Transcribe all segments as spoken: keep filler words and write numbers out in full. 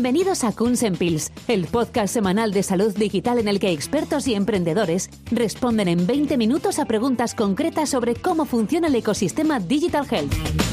Bienvenidos a Kunsen Pills, el podcast semanal de salud digital en el que expertos y emprendedores responden en veinte minutos a preguntas concretas sobre cómo funciona el ecosistema Digital Health.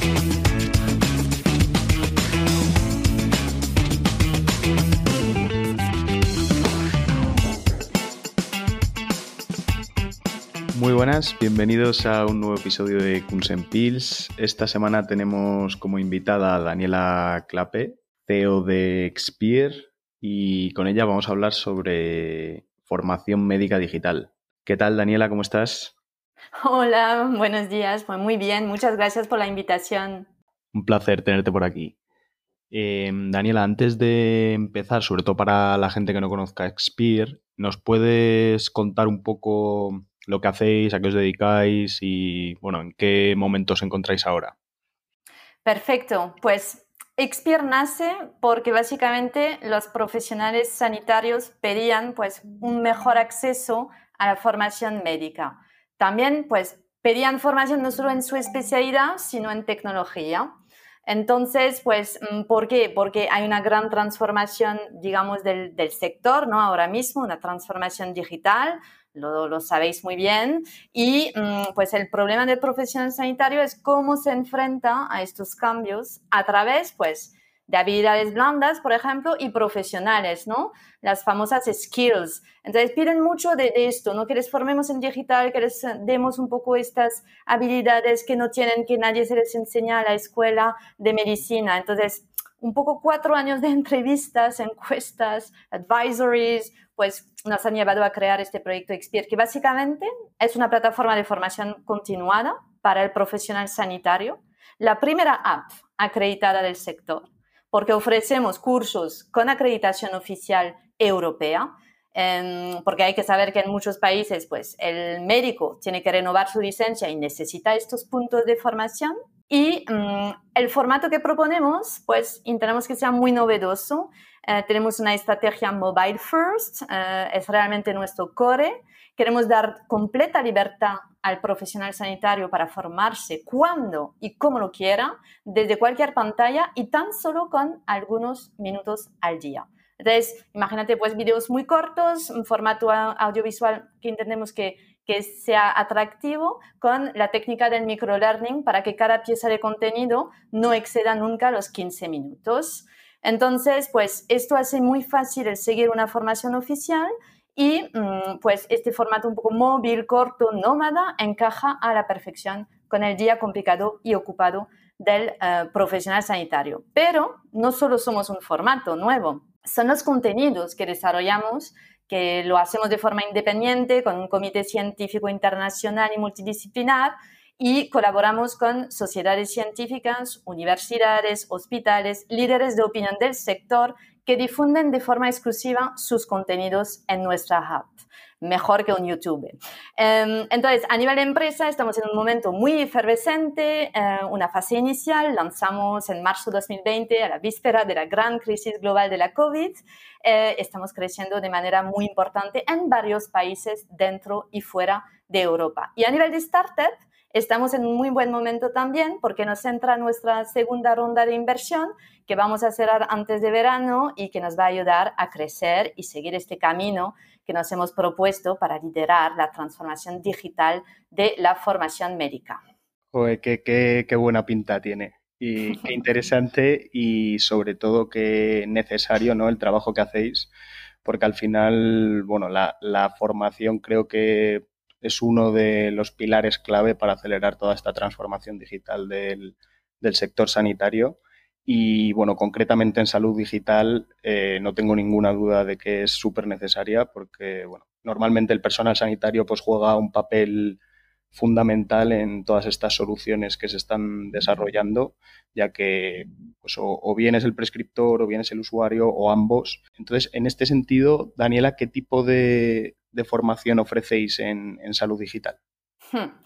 Muy buenas, bienvenidos a un nuevo episodio de Kunsen Pills. Esta semana tenemos como invitada a Daniela Clape, C E O de Expir, y con ella vamos a hablar sobre formación médica digital. ¿Qué tal, Daniela? ¿Cómo estás? Hola, buenos días. Pues muy bien, muchas gracias por la invitación. Un placer tenerte por aquí. Eh, Daniela, antes de empezar, sobre todo para la gente que no conozca Expir, ¿nos puedes contar un poco lo que hacéis, a qué os dedicáis y, bueno, en qué momento os encontráis ahora? Perfecto, pues Expir nace porque básicamente los profesionales sanitarios pedían pues un mejor acceso a la formación médica. También pues pedían formación no solo en su especialidad, sino en tecnología. Entonces, pues, ¿por qué? Porque hay una gran transformación, digamos, del, del sector, ¿no? Ahora mismo, una transformación digital. Lo, lo sabéis muy bien, y pues el problema del profesional sanitario es cómo se enfrenta a estos cambios a través pues de habilidades blandas, por ejemplo, y profesionales, ¿no? Las famosas skills. Entonces piden mucho de, de esto, ¿no? Que les formemos en digital, que les demos un poco estas habilidades que no tienen, que nadie se les enseña a la escuela de medicina. Entonces, un poco cuatro años de entrevistas, encuestas, advisories, pues nos han llevado a crear este proyecto Expir, que básicamente es una plataforma de formación continuada para el profesional sanitario, la primera app acreditada del sector, porque ofrecemos cursos con acreditación oficial europea, eh, porque hay que saber que en muchos países pues, el médico tiene que renovar su licencia y necesita estos puntos de formación. Y um, el formato que proponemos, pues intentamos que sea muy novedoso. Uh, tenemos una estrategia mobile first, uh, es realmente nuestro core. Queremos dar completa libertad al profesional sanitario para formarse cuando y como lo quiera, desde cualquier pantalla y tan solo con algunos minutos al día. Entonces, imagínate pues videos muy cortos, un formato audiovisual que entendemos que que sea atractivo con la técnica del microlearning para que cada pieza de contenido no exceda nunca los quince minutos. Entonces, pues esto hace muy fácil el seguir una formación oficial y pues este formato un poco móvil, corto, nómada, encaja a la perfección con el día complicado y ocupado del uh, profesional sanitario. Pero no solo somos un formato nuevo, son los contenidos que desarrollamos, que lo hacemos de forma independiente con un comité científico internacional y multidisciplinar y colaboramos con sociedades científicas, universidades, hospitales, líderes de opinión del sector que difunden de forma exclusiva sus contenidos en nuestra app. Mejor que un YouTube. Um, entonces, a nivel de empresa, estamos en un momento muy efervescente, uh, una fase inicial, lanzamos en marzo de dos mil veinte, a la víspera de la gran crisis global de la COVID. Uh, estamos creciendo de manera muy importante en varios países dentro y fuera de Europa. Y a nivel de startup, estamos en un muy buen momento también porque nos entra nuestra segunda ronda de inversión que vamos a cerrar antes de verano y que nos va a ayudar a crecer y seguir este camino que nos hemos propuesto para liderar la transformación digital de la formación médica. Joder, qué, qué, qué buena pinta tiene y qué interesante y sobre todo qué necesario, ¿no? El trabajo que hacéis, porque al final, bueno, la, la formación creo que es uno de los pilares clave para acelerar toda esta transformación digital del, del sector sanitario. Y, bueno, concretamente en salud digital eh, no tengo ninguna duda de que es súper necesaria porque, bueno, normalmente el personal sanitario pues juega un papel fundamental en todas estas soluciones que se están desarrollando, ya que pues, o, o bien es el prescriptor o bien es el usuario o ambos. Entonces, en este sentido, Daniela, ¿qué tipo de, de formación ofrecéis en, en salud digital? Hmm.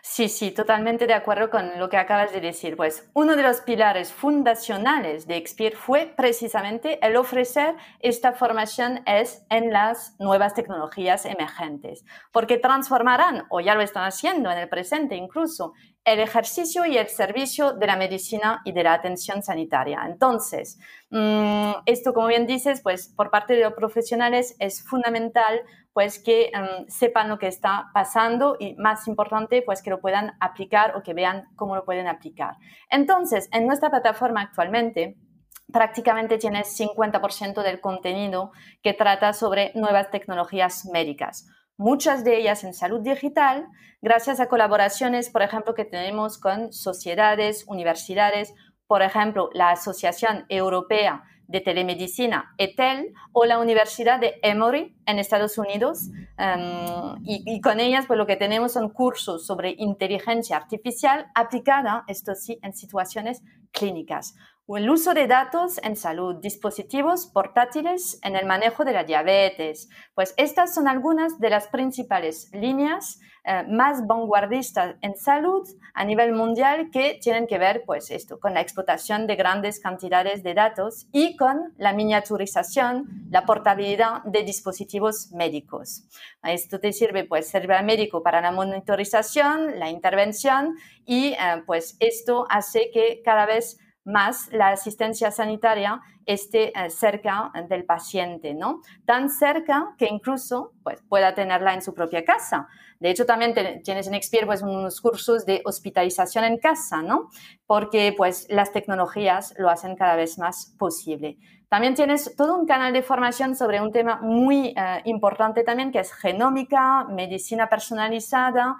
Sí, sí, totalmente de acuerdo con lo que acabas de decir. Pues uno de los pilares fundacionales de Expir fue precisamente el ofrecer esta formación es en las nuevas tecnologías emergentes, porque transformarán, o ya lo están haciendo en el presente incluso, el ejercicio y el servicio de la medicina y de la atención sanitaria. Entonces, mmm, esto, como bien dices, pues por parte de los profesionales es fundamental pues que um, sepan lo que está pasando y, más importante, pues que lo puedan aplicar o que vean cómo lo pueden aplicar. Entonces, en nuestra plataforma actualmente, prácticamente tienes cincuenta por ciento del contenido que trata sobre nuevas tecnologías médicas. Muchas de ellas en salud digital, gracias a colaboraciones, por ejemplo, que tenemos con sociedades, universidades, por ejemplo, la Asociación Europea de Telemedicina, E T E L, o la Universidad de Emory en Estados Unidos. Um, y, y con ellas, pues lo que tenemos son cursos sobre inteligencia artificial aplicada, esto sí, en situaciones clínicas. O el uso de datos en salud, dispositivos portátiles en el manejo de la diabetes. Pues estas son algunas de las principales líneas eh, más vanguardistas en salud a nivel mundial que tienen que ver, pues esto, con la explotación de grandes cantidades de datos y con la miniaturización, la portabilidad de dispositivos médicos. Esto te sirve, pues, servir al médico para la monitorización, la intervención y, eh, pues, esto hace que cada vez más la asistencia sanitaria esté eh, cerca del paciente, ¿no? Tan cerca que incluso pues, pueda tenerla en su propia casa. De hecho, también te, tienes en Expir pues, unos cursos de hospitalización en casa, ¿no? Porque pues, las tecnologías lo hacen cada vez más posible. También tienes todo un canal de formación sobre un tema muy eh, importante también, que es genómica, medicina personalizada,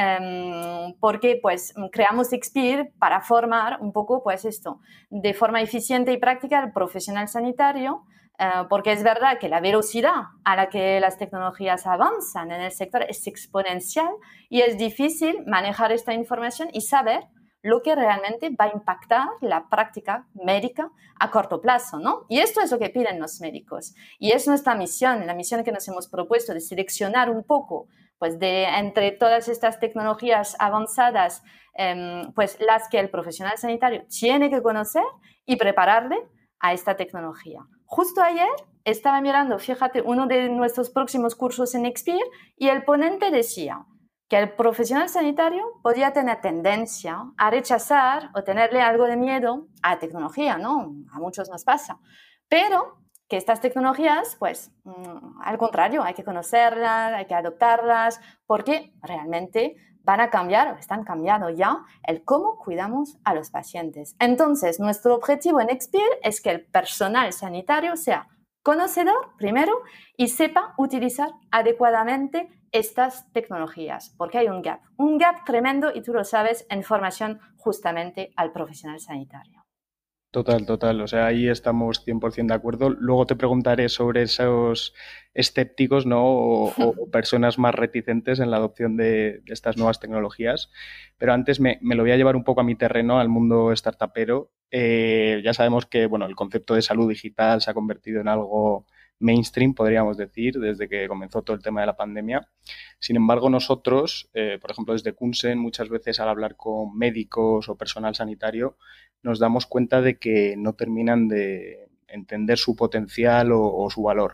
eh, porque pues creamos Expir para formar un poco pues esto, de forma eficiente y práctica al profesional sanitario, eh, porque es verdad que la velocidad a la que las tecnologías avanzan en el sector es exponencial y es difícil manejar esta información y saber lo que realmente va a impactar la práctica médica a corto plazo, ¿no? Y esto es lo que piden los médicos. Y es nuestra misión, la misión que nos hemos propuesto de seleccionar un poco, pues de entre todas estas tecnologías avanzadas, eh, pues las que el profesional sanitario tiene que conocer y prepararle a esta tecnología. Justo ayer estaba mirando, fíjate, uno de nuestros próximos cursos en Expir y el ponente decía que el profesional sanitario podía tener tendencia a rechazar o tenerle algo de miedo a la tecnología, ¿no? A muchos nos pasa. Pero que estas tecnologías, pues, mmm, al contrario, hay que conocerlas, hay que adoptarlas, porque realmente van a cambiar, o están cambiando ya, el cómo cuidamos a los pacientes. Entonces, nuestro objetivo en Expir es que el personal sanitario sea conocedor, primero, y sepa utilizar adecuadamente estas tecnologías, porque hay un gap, un gap tremendo, y tú lo sabes, en formación justamente al profesional sanitario. Total, total. O sea, ahí estamos cien por ciento de acuerdo. Luego te preguntaré sobre esos escépticos, ¿no? O, o personas más reticentes en la adopción de, de estas nuevas tecnologías. Pero antes me, me lo voy a llevar un poco a mi terreno, al mundo startupero. Eh, ya sabemos que, bueno, el concepto de salud digital se ha convertido en algo mainstream, podríamos decir, desde que comenzó todo el tema de la pandemia. Sin embargo, nosotros, eh, por ejemplo, desde Kunsen, muchas veces al hablar con médicos o personal sanitario, nos damos cuenta de que no terminan de entender su potencial o, o su valor.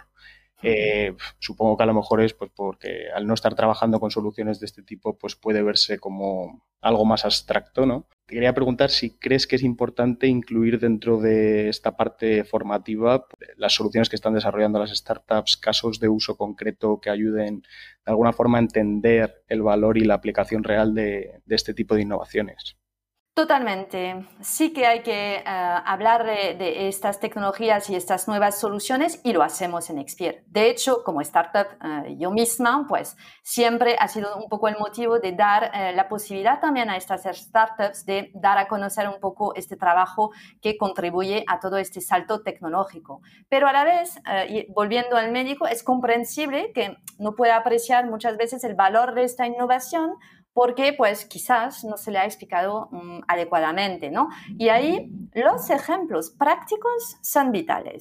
Eh, supongo que a lo mejor es pues, porque al no estar trabajando con soluciones de este tipo, pues puede verse como algo más abstracto, ¿no? Te quería preguntar si crees que es importante incluir dentro de esta parte formativa las soluciones que están desarrollando las startups, casos de uso concreto que ayuden de alguna forma a entender el valor y la aplicación real de, de este tipo de innovaciones. Totalmente. Sí que hay que uh, hablar de, de estas tecnologías y estas nuevas soluciones, y lo hacemos en Expir. De hecho, como startup, uh, yo misma, pues siempre ha sido un poco el motivo de dar uh, la posibilidad también a estas startups de dar a conocer un poco este trabajo que contribuye a todo este salto tecnológico. Pero a la vez, uh, y volviendo al médico, es comprensible que no pueda apreciar muchas veces el valor de esta innovación, porque pues quizás no se le ha explicado um, adecuadamente, ¿no? Y ahí los ejemplos prácticos son vitales.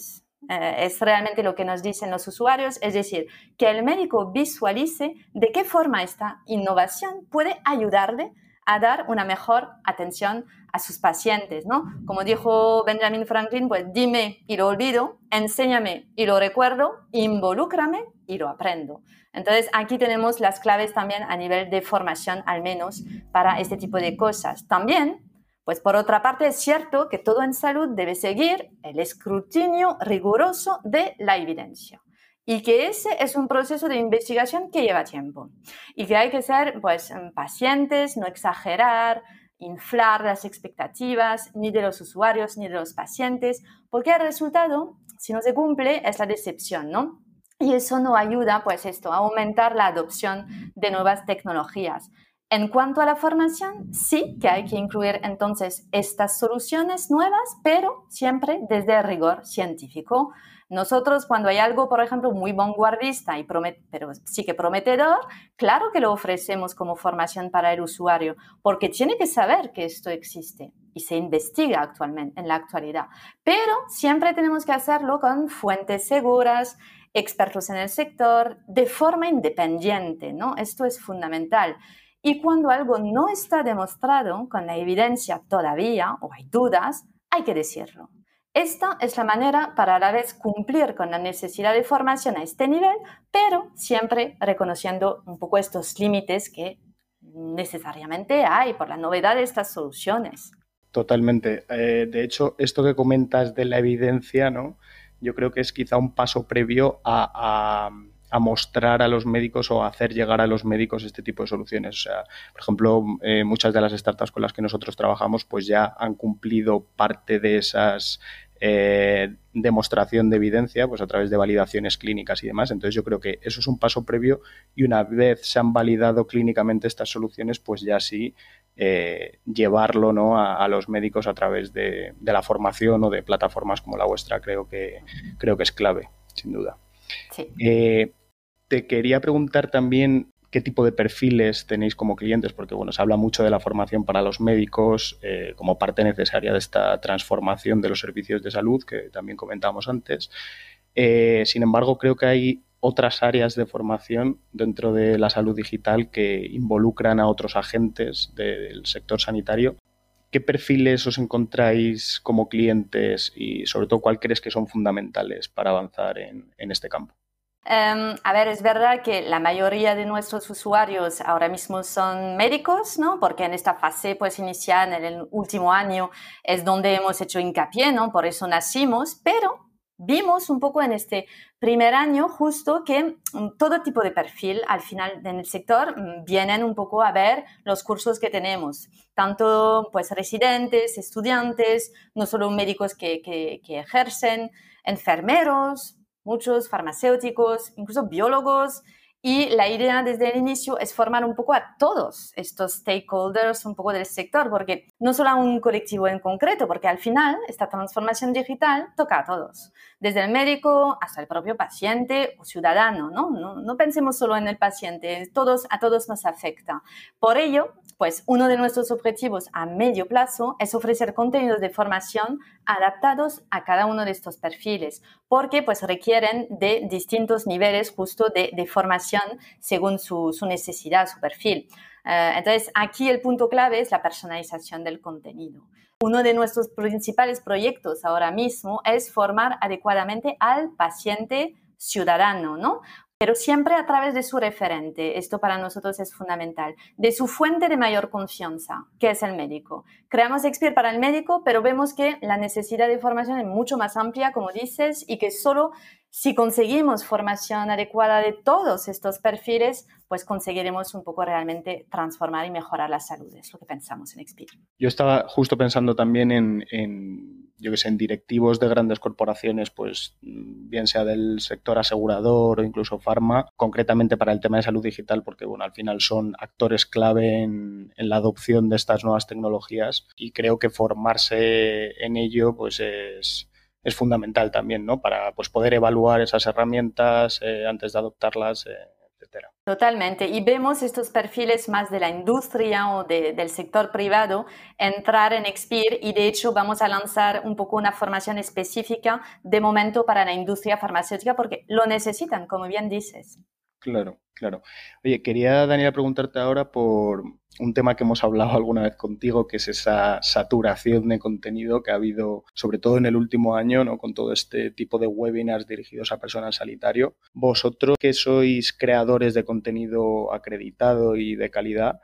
Eh, es realmente lo que nos dicen los usuarios, es decir, que el médico visualice de qué forma esta innovación puede ayudarle a dar una mejor atención a sus pacientes, ¿no? Como dijo Benjamin Franklin, pues dime y lo olvido, enséñame y lo recuerdo, involúcrame y lo aprendo. Entonces, aquí tenemos las claves también a nivel de formación, al menos, para este tipo de cosas. También, pues por otra parte, es cierto que todo en salud debe seguir el escrutinio riguroso de la evidencia. Y que ese es un proceso de investigación que lleva tiempo. Y que hay que ser, pues, pacientes, no exagerar, inflar las expectativas ni de los usuarios ni de los pacientes, porque el resultado, si no se cumple, es la decepción, ¿no? Y eso no ayuda, pues, esto, a aumentar la adopción de nuevas tecnologías. En cuanto a la formación, sí que hay que incluir entonces estas soluciones nuevas, pero siempre desde el rigor científico. Nosotros, cuando hay algo, por ejemplo, muy vanguardista, y promet- pero sí que prometedor, claro que lo ofrecemos como formación para el usuario, porque tiene que saber que esto existe y se investiga actualmente, en la actualidad. Pero siempre tenemos que hacerlo con fuentes seguras, expertos en el sector, de forma independiente, ¿no? Esto es fundamental. Y cuando algo no está demostrado con la evidencia todavía, o hay dudas, hay que decirlo. Esta es la manera para a la vez cumplir con la necesidad de formación a este nivel, pero siempre reconociendo un poco estos límites que necesariamente hay por la novedad de estas soluciones. Totalmente. Eh, de hecho, esto que comentas de la evidencia, ¿no? Yo creo que es quizá un paso previo a, a, a mostrar a los médicos o a hacer llegar a los médicos este tipo de soluciones. O sea, por ejemplo, eh, muchas de las startups con las que nosotros trabajamos pues ya han cumplido parte de esas eh, demostración de evidencia pues a través de validaciones clínicas y demás. Entonces yo creo que eso es un paso previo y una vez se han validado clínicamente estas soluciones, pues ya sí eh, llevarlo, ¿no? a, a los médicos a través de, de la formación o de plataformas como la vuestra. Creo que, creo que es clave, sin duda. Sí. Eh, te quería preguntar también qué tipo de perfiles tenéis como clientes, porque bueno, se habla mucho de la formación para los médicos eh, como parte necesaria de esta transformación de los servicios de salud que también comentábamos antes. Eh, sin embargo, creo que hay otras áreas de formación dentro de la salud digital que involucran a otros agentes de, del sector sanitario. ¿Qué perfiles os encontráis como clientes y sobre todo cuál crees que son fundamentales para avanzar en, en este campo? Um, a ver, es verdad que la mayoría de nuestros usuarios ahora mismo son médicos, ¿no? Porque en esta fase pues, inicial, en el último año, es donde hemos hecho hincapié, ¿no? Por eso nacimos, pero vimos un poco en este primer año justo que um, todo tipo de perfil al final en el sector um, vienen un poco a ver los cursos que tenemos, tanto pues residentes, estudiantes, no solo médicos que, que, que ejercen, enfermeros, muchos farmacéuticos, incluso biólogos, y la idea desde el inicio es formar un poco a todos estos stakeholders un poco del sector, porque no solo a un colectivo en concreto, porque al final esta transformación digital toca a todos, desde el médico hasta el propio paciente o ciudadano, ¿no? No, no pensemos solo en el paciente, todos, a todos nos afecta. Por ello, pues uno de nuestros objetivos a medio plazo es ofrecer contenidos de formación adaptados a cada uno de estos perfiles, porque pues requieren de distintos niveles justo de, de formación según su, su necesidad, su perfil. Uh, entonces, aquí el punto clave es la personalización del contenido. Uno de nuestros principales proyectos ahora mismo es formar adecuadamente al paciente ciudadano, ¿no? Pero siempre a través de su referente. Esto para nosotros es fundamental. De su fuente de mayor confianza, que es el médico. Creamos Expeer para el médico, pero vemos que la necesidad de formación es mucho más amplia, como dices, y que solo si conseguimos formación adecuada de todos estos perfiles, pues conseguiremos un poco realmente transformar y mejorar la salud. Es lo que pensamos en Expeer. Yo estaba justo pensando también en, en yo que sé, en directivos de grandes corporaciones, pues bien sea del sector asegurador o incluso farma, concretamente para el tema de salud digital, porque bueno, al final son actores clave en, en la adopción de estas nuevas tecnologías y creo que formarse en ello pues es, es fundamental también, ¿no? Para pues poder evaluar esas herramientas eh, antes de adoptarlas, eh, etcétera. etcétera. Totalmente. Y vemos estos perfiles más de la industria o de, del sector privado entrar en Expir y de hecho vamos a lanzar un poco una formación específica de momento para la industria farmacéutica porque lo necesitan, como bien dices. Claro, claro. Oye, quería, Daniela, preguntarte ahora por un tema que hemos hablado alguna vez contigo, que es esa saturación de contenido que ha habido, sobre todo en el último año, ¿no? Con todo este tipo de webinars dirigidos a personal sanitario. Vosotros, que sois creadores de contenido acreditado y de calidad,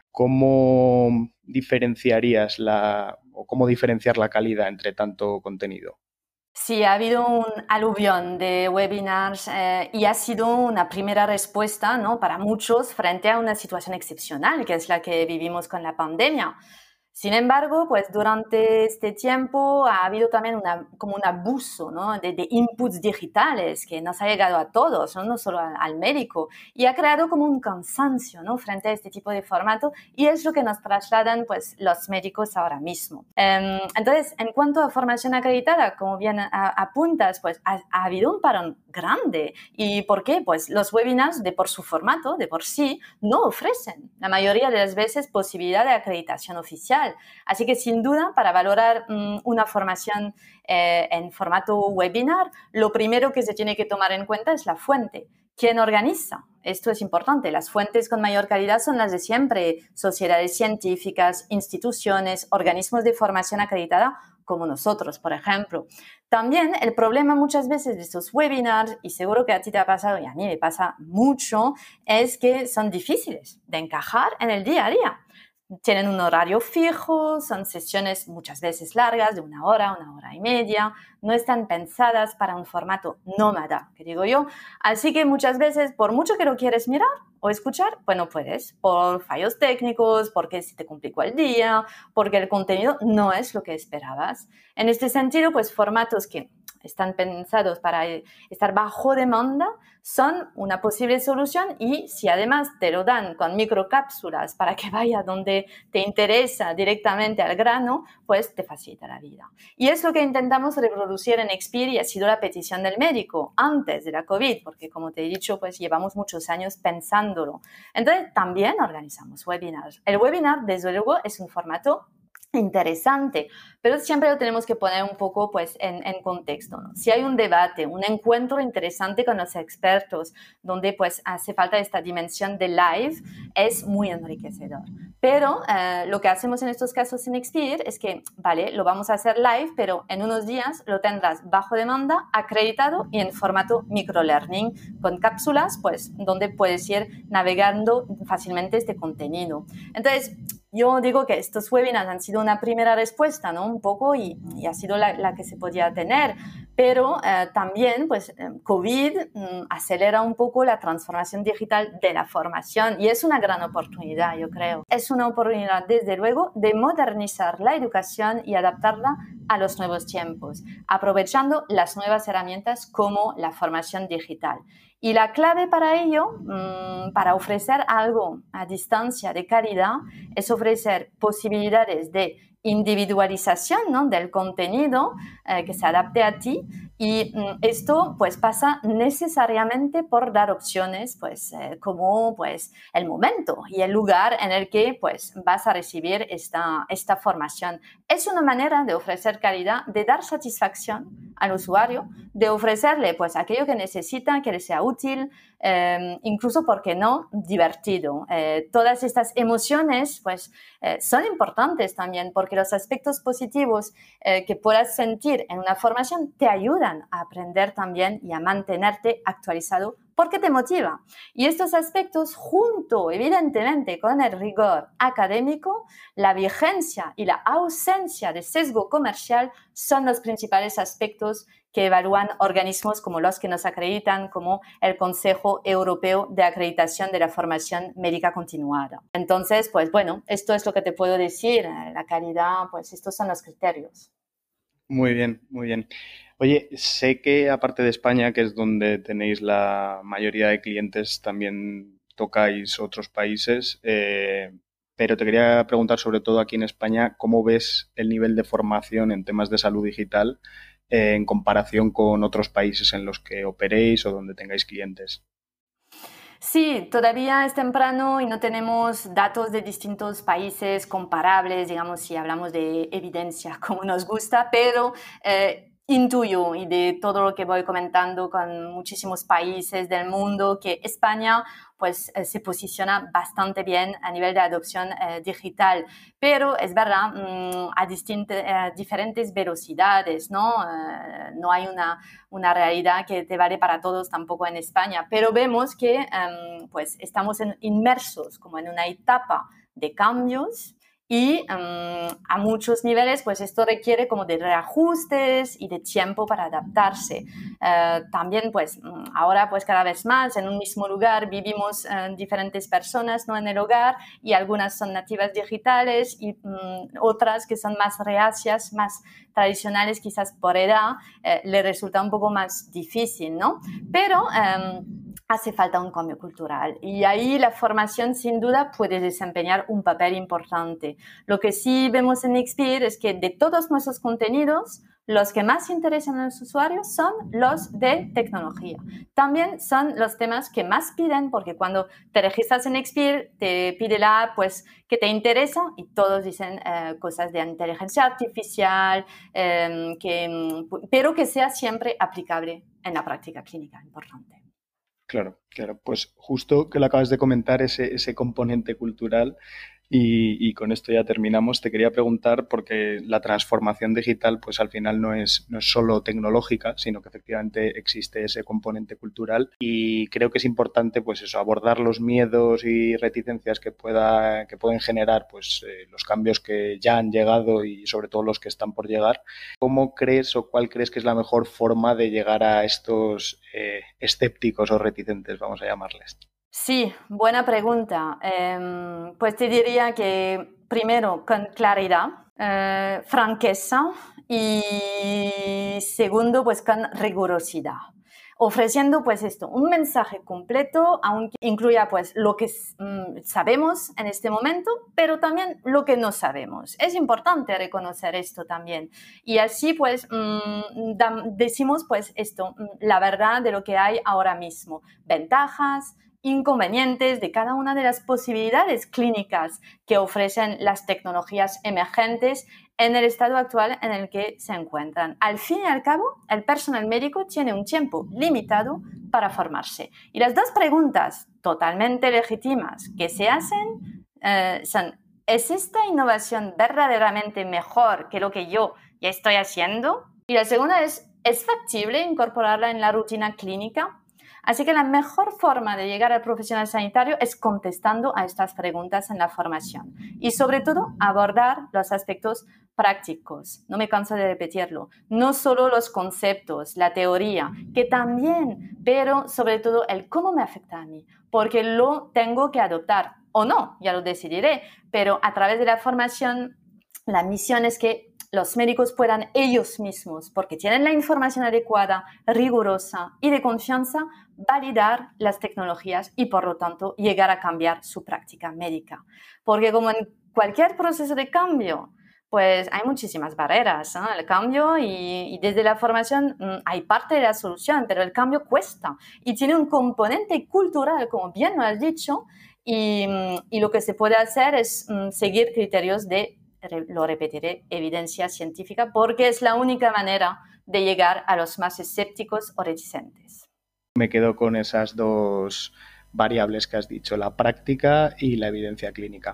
¿cómo diferenciarías la, o cómo diferenciar la calidad entre tanto contenido? Sí, ha habido un aluvión de webinars eh, y ha sido una primera respuesta, ¿no? Para muchos frente a una situación excepcional, que es la que vivimos con la pandemia. Sin embargo, pues durante este tiempo ha habido también una, como un abuso, ¿no? de, de inputs digitales que nos ha llegado a todos, no, no solo al, al médico, y ha creado como un cansancio, ¿no? Frente a este tipo de formato y es lo que nos trasladan pues, los médicos ahora mismo. Um, entonces, en cuanto a formación acreditada, como bien a, apuntas, pues ha, ha habido un parón grande. ¿Y por qué? Pues los webinars de por su formato, de por sí, no ofrecen la mayoría de las veces posibilidad de acreditación oficial. Así que sin duda, para valorar um, una formación eh, en formato webinar, lo primero que se tiene que tomar en cuenta es la fuente. ¿Quién organiza? Esto es importante. Las fuentes con mayor calidad son las de siempre, sociedades científicas, instituciones, organismos de formación acreditada como nosotros, por ejemplo. También el problema muchas veces de estos webinars, y seguro que a ti te ha pasado y a mí me pasa mucho, es que son difíciles de encajar en el día a día. Tienen un horario fijo, son sesiones muchas veces largas, de una hora, una hora y media, no están pensadas para un formato nómada, que digo yo. Así que muchas veces, por mucho que lo quieres mirar o escuchar, pues no puedes, por fallos técnicos, porque se te complicó el día, porque el contenido no es lo que esperabas. En este sentido, pues formatos que están pensados para estar bajo demanda son una posible solución y si además te lo dan con microcápsulas para que vaya donde te interesa directamente al grano, pues te facilita la vida. Y es lo que intentamos reproducir en Expir y ha sido la petición del médico antes de la COVID, porque como te he dicho, pues llevamos muchos años pensándolo. Entonces también organizamos webinars. El webinar, desde luego, es un formato interesante, pero siempre lo tenemos que poner un poco pues, en, en contexto, ¿no? Si hay un debate, un encuentro interesante con los expertos, donde pues, hace falta esta dimensión de live, es muy enriquecedor. Pero eh, lo que hacemos en estos casos en Expir es que, vale, lo vamos a hacer live, pero en unos días lo tendrás bajo demanda, acreditado y en formato microlearning, con cápsulas, pues, donde puedes ir navegando fácilmente este contenido. Entonces, yo digo que estos webinars han sido una primera respuesta, ¿no? Un poco y, y ha sido la, la que se podía tener, pero eh, también, pues, COVID mm, acelera un poco la transformación digital de la formación y es una gran oportunidad, yo creo. Es una oportunidad, desde luego, de modernizar la educación y adaptarla a los nuevos tiempos, aprovechando las nuevas herramientas como la formación digital. Y la clave para ello, mmm, para ofrecer algo a distancia de calidad, es ofrecer posibilidades de individualización, ¿no? Del contenido eh, que se adapte a ti y mm, esto pues pasa necesariamente por dar opciones pues eh, como pues el momento y el lugar en el que pues vas a recibir esta, esta formación. Es una manera de ofrecer calidad, de dar satisfacción al usuario, de ofrecerle pues aquello que necesita, que le sea útil, eh, incluso, ¿por qué no?, divertido. Eh, todas estas emociones pues eh, son importantes también porque los aspectos positivos eh, que puedas sentir en una formación te ayudan a aprender también y a mantenerte actualizado porque te motiva. Y estos aspectos, junto evidentemente con el rigor académico, la vigencia y la ausencia de sesgo comercial son los principales aspectos que evalúan organismos como los que nos acreditan, como el Consejo Europeo de Acreditación de la Formación Médica Continuada. Entonces, pues bueno, esto es lo que te puedo decir. La calidad, pues estos son los criterios. Muy bien, muy bien. Oye, sé que aparte de España, que es donde tenéis la mayoría de clientes, también tocáis otros países, eh, pero te quería preguntar sobre todo aquí en España, ¿cómo ves el nivel de formación en temas de salud digital eh, en comparación con otros países en los que operéis o donde tengáis clientes? Sí, todavía es temprano y no tenemos datos de distintos países comparables, digamos, si hablamos de evidencia como nos gusta, pero eh, intuyo y de todo lo que voy comentando con muchísimos países del mundo que España pues eh, se posiciona bastante bien a nivel de adopción eh, digital, pero es verdad, mmm, a distinte, eh, diferentes velocidades, ¿no? Eh, no hay una, una realidad que te vale para todos tampoco en España, pero vemos que eh, pues estamos en, inmersos como en una etapa de cambios. Y um, a muchos niveles, pues esto requiere como de reajustes y de tiempo para adaptarse. Uh, también, pues ahora, pues cada vez más en un mismo lugar vivimos uh, diferentes personas, ¿no? En el hogar, y algunas son nativas digitales y um, otras que son más reacias, más tradicionales, quizás por edad, eh, le resulta un poco más difícil, ¿no? Pero um, hace falta un cambio cultural y ahí la formación sin duda puede desempeñar un papel importante. Lo que sí vemos en Expir es que de todos nuestros contenidos, los que más interesan a los usuarios son los de tecnología. También son los temas que más piden, porque cuando te registras en Expir, te pide la app pues, que te interesa y todos dicen eh, cosas de inteligencia artificial, eh, que, pero que sea siempre aplicable en la práctica clínica, importante. Claro, claro. Pues justo que lo acabas de comentar, ese, ese componente cultural, y, y con esto ya terminamos. Te quería preguntar, porque la transformación digital, pues al final no es, no es solo tecnológica, sino que efectivamente existe ese componente cultural, y creo que es importante, pues eso, abordar los miedos y reticencias que pueda, que pueden generar, pues eh, los cambios que ya han llegado y sobre todo los que están por llegar. ¿Cómo crees o cuál crees que es la mejor forma de llegar a estos eh, escépticos o reticentes, vamos a llamarles? Sí, buena pregunta. Eh, pues te diría que primero con claridad, eh, franqueza y segundo pues con rigurosidad. Ofreciendo pues esto, un mensaje completo, aunque incluya pues lo que mm, sabemos en este momento, pero también lo que no sabemos. Es importante reconocer esto también. Y así pues mm, da, decimos pues esto, la verdad de lo que hay ahora mismo. Ventajas, inconvenientes de cada una de las posibilidades clínicas que ofrecen las tecnologías emergentes en el estado actual en el que se encuentran. Al fin y al cabo, el personal médico tiene un tiempo limitado para formarse. Y las dos preguntas totalmente legítimas que se hacen eh, son: ¿es esta innovación verdaderamente mejor que lo que yo ya estoy haciendo? Y la segunda es: ¿es factible incorporarla en la rutina clínica? Así que la mejor forma de llegar al profesional sanitario es contestando a estas preguntas en la formación y sobre todo abordar los aspectos prácticos. No me canso de repetirlo. No solo los conceptos, la teoría, que también, pero sobre todo el cómo me afecta a mí, porque lo tengo que adoptar o no, ya lo decidiré, pero a través de la formación la misión es que los médicos puedan ellos mismos, porque tienen la información adecuada, rigurosa y de confianza, validar las tecnologías y, por lo tanto, llegar a cambiar su práctica médica. Porque como en cualquier proceso de cambio, pues hay muchísimas barreras, ¿no? El cambio y, y desde la formación mmm, hay parte de la solución, pero el cambio cuesta y tiene un componente cultural, como bien lo has dicho, y, y lo que se puede hacer es mmm, seguir criterios de, lo repetiré, evidencia científica, porque es la única manera de llegar a los más escépticos o reticentes. Me quedo con esas dos variables que has dicho, la práctica y la evidencia clínica.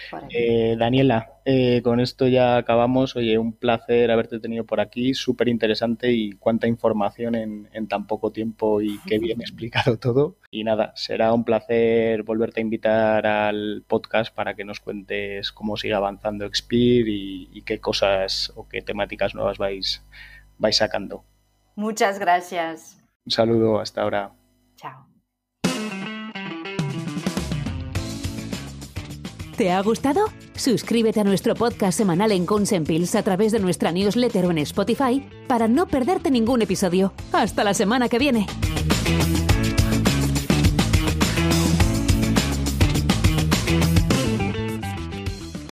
Eh, Daniela, eh, con esto ya acabamos. Oye, un placer haberte tenido por aquí, súper interesante y cuánta información en, en tan poco tiempo y qué bien explicado todo. Y nada, será un placer volverte a invitar al podcast para que nos cuentes cómo sigue avanzando Expir y, y qué cosas o qué temáticas nuevas vais, vais sacando. Muchas gracias. Un saludo, hasta ahora. Chao. ¿Te ha gustado? Suscríbete a nuestro podcast semanal en Consempils a través de nuestra newsletter o en Spotify para no perderte ningún episodio. ¡Hasta la semana que viene!